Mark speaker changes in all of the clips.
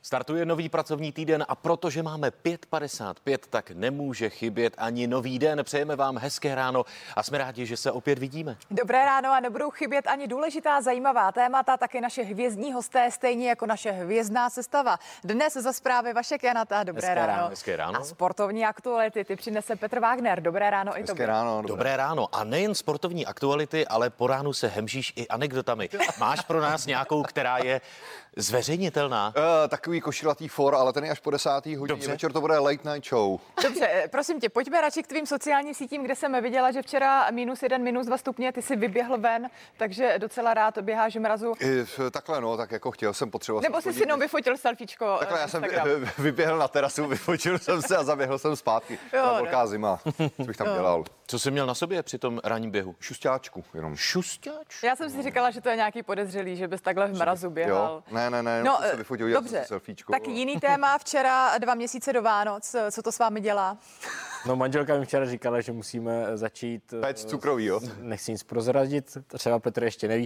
Speaker 1: Startuje nový pracovní týden a protože máme 5:55, tak nemůže chybět ani nový den. Přejeme vám hezké ráno a jsme rádi, že se opět vidíme.
Speaker 2: Dobré ráno a nebudou chybět ani důležitá zajímavá témata, taky naše hvězdní hosté, stejně jako naše hvězdná sestava. Dnes za zprávy Vašek Janata, dobré ráno.
Speaker 1: Hezké ráno.
Speaker 2: A sportovní aktuality, ty přinese Petr Wagner, dobré ráno i tobě.
Speaker 1: Dobré ráno. A nejen sportovní aktuality, ale po ránu se hemžíš i anekdotami. Máš pro nás nějakou, která je zveřejnitelná?
Speaker 3: Takový košilatý for, ale ten je až po 10. hodině.
Speaker 1: Dobře.
Speaker 3: Večer to bude late night show.
Speaker 2: Dobře, prosím tě, pojďme radši k tvým sociálním sítím, kde jsem viděla, že včera -1, -2 stupně, ty jsi vyběhl ven, takže docela rád běháš v mrazu.
Speaker 3: Takhle no, tak jako chtěl jsem potřeboval.
Speaker 2: Nebo jsi si jenom vyfotil selfiečko.
Speaker 3: Takhle já jsem vyběhl na terasu, vyfotil jsem se a zaběhl jsem zpátky.
Speaker 2: Jo,
Speaker 3: velká zima, co bych tam dělal.
Speaker 1: Co jsi měl na sobě při tom ranním běhu?
Speaker 3: Šustáčku jenom.
Speaker 1: Šustáč?
Speaker 2: Já jsem si říkala, že to je nějaký podezřelý, že bys takhle v mrazu běhal.
Speaker 3: Jo, ne,
Speaker 2: no,
Speaker 3: se vyfotil,
Speaker 2: dobře,
Speaker 3: selfiečko.
Speaker 2: tak jiný téma, včera 2 měsíce do Vánoc, co to s vámi dělá?
Speaker 4: No, manželka mi včera říkala, že musíme začít...
Speaker 3: Péct cukroví, jo?
Speaker 4: Nechci nic prozradit, třeba Petr ještě neví.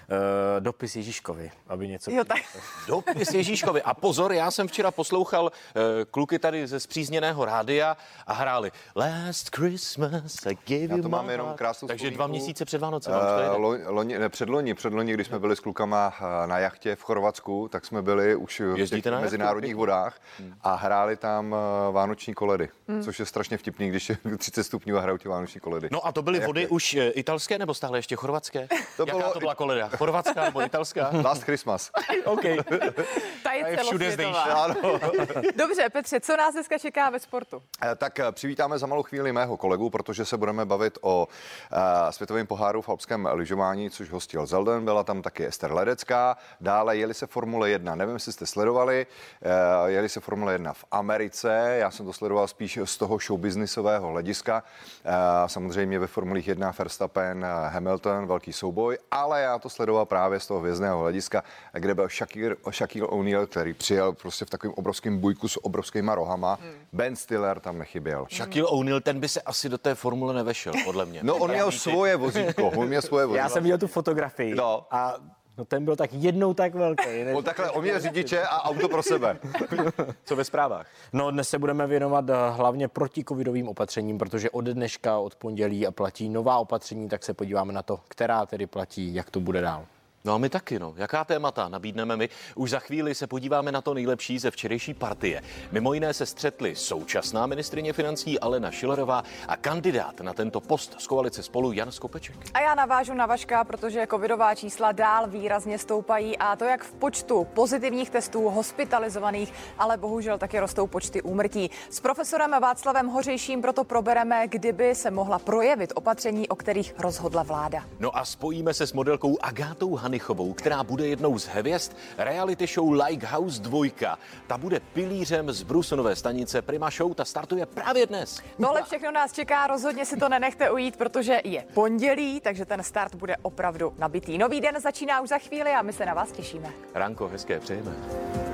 Speaker 4: Dopis Ježíškovi, aby něco...
Speaker 2: Jo, tak.
Speaker 1: Dopis Ježíškovi. A pozor, já jsem včera poslouchal kluky tady ze spřízněného rádia a hráli Last Christmas I gave you my
Speaker 3: máme jenom
Speaker 1: heart.
Speaker 3: krásnou
Speaker 1: Takže
Speaker 3: vzpomínku.
Speaker 1: 2 měsíce před Vánoce.
Speaker 3: Předloni, když jsme byli s klukama na jachtě v Chorvatsku, tak jsme byli už v těch mezinárodních vodách a hráli tam vánoční koledy, což je strašně vtipný, když je 30 stupňů a hrajou ti vánoční koledy.
Speaker 1: No a to byly vody už italské nebo stále ještě chorvatské? Jaká to byla koleda? Chorvatská nebo italská?
Speaker 3: Last Christmas.
Speaker 1: OK.
Speaker 2: Ta je
Speaker 1: všude
Speaker 2: celosvětová. Dobře, Petře, co nás dneska čeká ve sportu?
Speaker 3: Tak přivítáme za malou chvíli mého kolegu, protože se budeme bavit o světovém poháru v alpském lyžování, což hostil Zelden, byla tam taky Ester Ledecká. Dále jeli se Formule 1, nevím, jestli jste sledovali, jeli se Formule 1 v Americe, já jsem to sledoval spíš z toho showbiznisového hlediska. Samozřejmě ve Formulích 1 Verstappen, Hamilton, velký souboj, ale já to sledoval právě z toho hvězdného hlediska, kde byl Shaquille O'Neal, který přijel prostě v takovém obrovském bujku s obrovskýma rohama. Ben Stiller tam nechyběl.
Speaker 1: Shaquille O'Neal, ten by se asi do té formule nevešel, podle mě.
Speaker 3: No, on měl svoje vozítko,
Speaker 4: Já jsem viděl tu fotografii a ten byl tak jednou tak velký.
Speaker 3: On měl řidiče a auto pro sebe.
Speaker 1: Co ve zprávách?
Speaker 4: No, dnes se budeme věnovat hlavně protikovidovým opatřením, protože od dneška, od pondělí a platí nová opatření, tak se podíváme na to, která tedy platí, jak to bude dál.
Speaker 1: No a my taky, no. Jaká témata nabídneme my? Už za chvíli se podíváme na to nejlepší ze včerejší partie. Mimo jiné se střetli současná ministryně financí Alena Schillerová a kandidát na tento post z koalice Spolu Jan Skopeček.
Speaker 2: A já navážu na Vaška, protože covidová čísla dál výrazně stoupají a to jak v počtu pozitivních testů, hospitalizovaných, ale bohužel taky rostou počty úmrtí. S profesorem Václavem Hořejším proto probereme, kdyby se mohla projevit opatření, o kterých rozhodla vláda.
Speaker 1: No a spojíme se s modelkou Agátou Hanichovou, která bude jednou z hvězd reality show Like House 2. Ta bude pilířem z Brusonové stanice Prima Show, ta startuje právě dnes.
Speaker 2: Tohle všechno nás čeká, rozhodně si to nenechte ujít, protože je pondělí, takže ten start bude opravdu nabitý. Nový den začíná už za chvíli a my se na vás těšíme.
Speaker 1: Ranko, hezké přejeme.